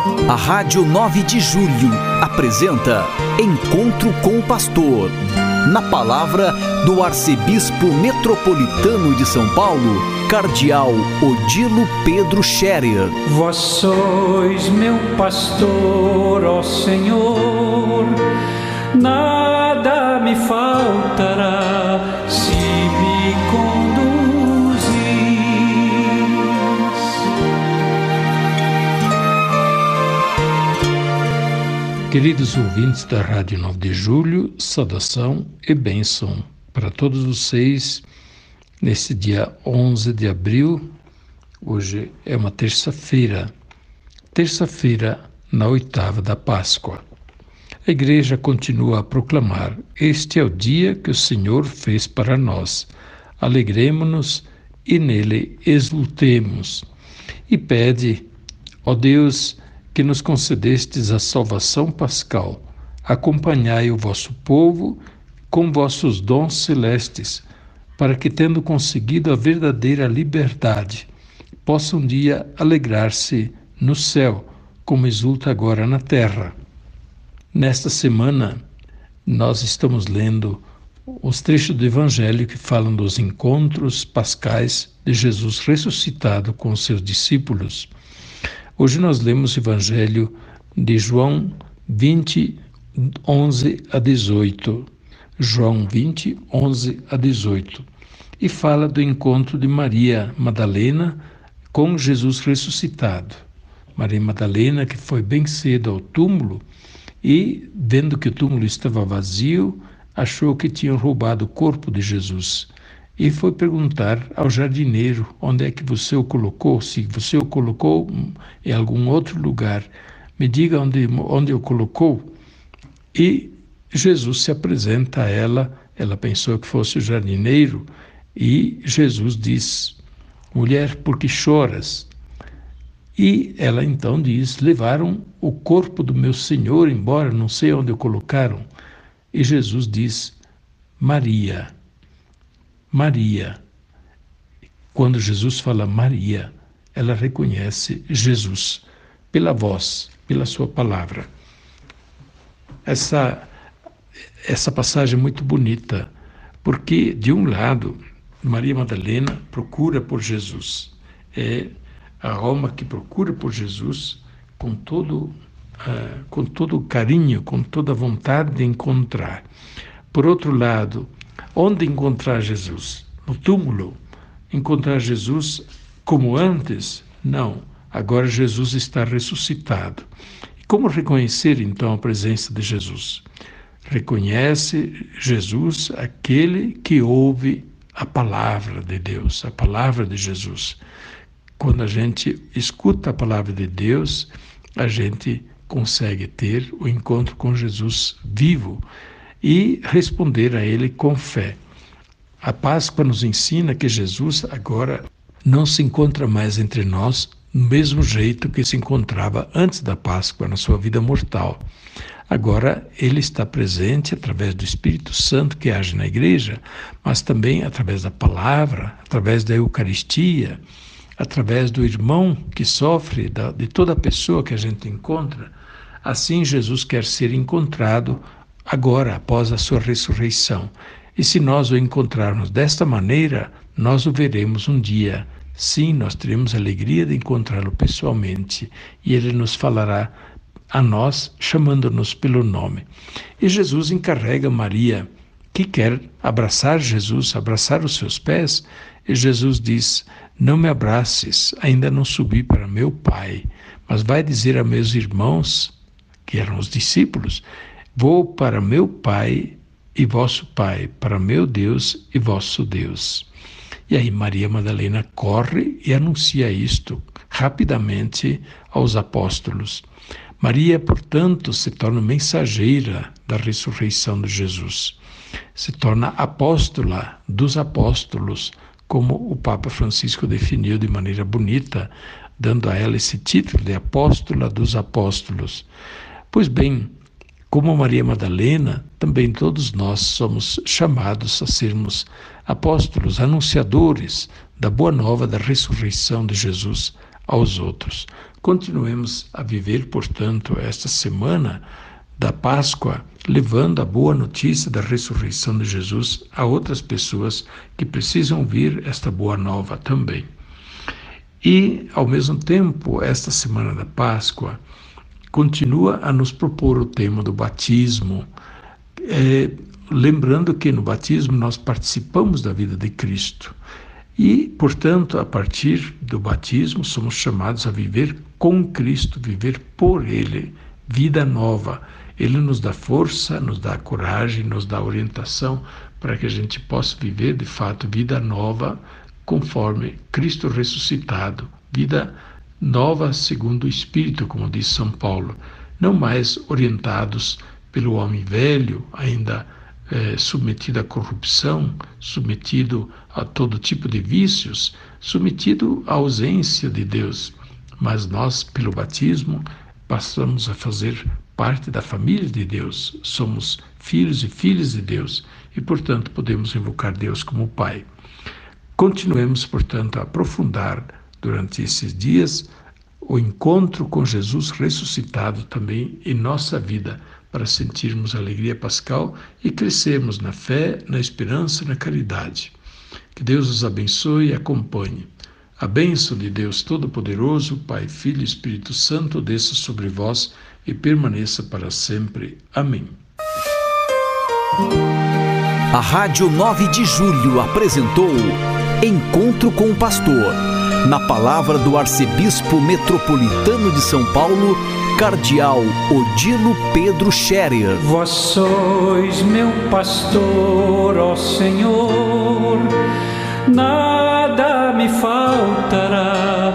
A Rádio 9 de Julho apresenta Encontro com o Pastor. Na palavra do Arcebispo Metropolitano de São Paulo, Cardeal Odilo Pedro Scherer. Vós sois meu pastor, ó Senhor, nada me faltará se me conduzis. Queridos ouvintes da Rádio 9 de Julho, saudação e bênção para todos vocês nesse dia 11 de abril. Hoje é uma terça-feira na oitava da Páscoa. A Igreja continua a proclamar: este é o dia que o Senhor fez para nós. Alegremo-nos e nele exultemos. E pede, ó Deus, que nos concedestes a salvação pascal. Acompanhai o vosso povo com vossos dons celestes, para que, tendo conseguido a verdadeira liberdade, possa um dia alegrar-se no céu, como exulta agora na terra. Nesta semana, nós estamos lendo os trechos do Evangelho que falam dos encontros pascais de Jesus ressuscitado com os seus discípulos. Hoje nós lemos o Evangelho de João 20, 11 a 18. João 20, 11 a 18. E fala do encontro de Maria Madalena com Jesus ressuscitado. Maria Madalena, que foi bem cedo ao túmulo e, vendo que o túmulo estava vazio, achou que tinham roubado o corpo de Jesus. E foi perguntar ao jardineiro: onde é que você o colocou? Se você o colocou em algum outro lugar, me diga onde o colocou. E Jesus se apresenta a ela. Ela pensou que fosse o jardineiro, e Jesus diz: mulher, por que choras? E ela então diz: levaram o corpo do meu Senhor embora, não sei onde o colocaram. E Jesus diz: Maria. Maria. Quando Jesus fala Maria, ela reconhece Jesus pela voz, pela sua palavra. Essa passagem é muito bonita, porque, de um lado, Maria Madalena procura por Jesus. É a alma que procura por Jesus com todo o carinho, com toda a vontade de encontrar. Por outro lado, onde encontrar Jesus? No túmulo? Encontrar Jesus como antes? Não. Agora Jesus está ressuscitado. E como reconhecer então a presença de Jesus? Reconhece Jesus aquele que ouve a palavra de Deus, a palavra de Jesus. Quando a gente escuta a palavra de Deus, a gente consegue ter o encontro com Jesus vivo e responder a Ele com fé. A Páscoa nos ensina que Jesus agora não se encontra mais entre nós do mesmo jeito que se encontrava antes da Páscoa, na sua vida mortal. Agora Ele está presente através do Espírito Santo que age na Igreja, mas também através da palavra, através da Eucaristia, através do irmão que sofre, de toda pessoa que a gente encontra. Assim Jesus quer ser encontrado agora, após a sua ressurreição. E se nós o encontrarmos desta maneira, nós o veremos um dia. Sim, nós teremos a alegria de encontrá-lo pessoalmente, e ele nos falará a nós, chamando-nos pelo nome. E Jesus encarrega Maria, que quer abraçar Jesus, abraçar os seus pés, e Jesus diz: não me abraces, ainda não subi para meu Pai, mas vai dizer a meus irmãos, que eram os discípulos: vou para meu Pai e vosso Pai, para meu Deus e vosso Deus. E aí Maria Madalena corre e anuncia isto rapidamente aos apóstolos. Maria, portanto, se torna mensageira da ressurreição de Jesus. Se torna apóstola dos apóstolos, como o Papa Francisco definiu de maneira bonita, dando a ela esse título de apóstola dos apóstolos. Pois bem, como Maria Madalena, também todos nós somos chamados a sermos apóstolos, anunciadores da boa nova da ressurreição de Jesus aos outros. Continuemos a viver, portanto, esta semana da Páscoa, levando a boa notícia da ressurreição de Jesus a outras pessoas que precisam ouvir esta boa nova também. E, ao mesmo tempo, esta semana da Páscoa continua a nos propor o tema do batismo, lembrando que no batismo nós participamos da vida de Cristo e, portanto, a partir do batismo somos chamados a viver com Cristo, viver por Ele, vida nova. Ele nos dá força, nos dá coragem, nos dá orientação para que a gente possa viver, de fato, vida nova, conforme Cristo ressuscitado, vida nova segundo o Espírito, como diz São Paulo, não mais orientados pelo homem velho, ainda submetido à corrupção, submetido a todo tipo de vícios, submetido à ausência de Deus, mas nós, pelo batismo, passamos a fazer parte da família de Deus, somos filhos e filhas de Deus e, portanto, podemos invocar Deus como Pai. Continuemos, portanto, a aprofundar durante esses dias o encontro com Jesus ressuscitado também em nossa vida, para sentirmos a alegria pascal e crescermos na fé, na esperança e na caridade. Que Deus os abençoe e acompanhe. A bênção de Deus Todo-Poderoso, Pai, Filho e Espírito Santo, desça sobre vós e permaneça para sempre. Amém. A Rádio 9 de Julho apresentou Encontro com o Pastor, na palavra do Arcebispo Metropolitano de São Paulo, Cardeal Odilo Pedro Scherer. Vós sois meu pastor, ó Senhor, nada me faltará.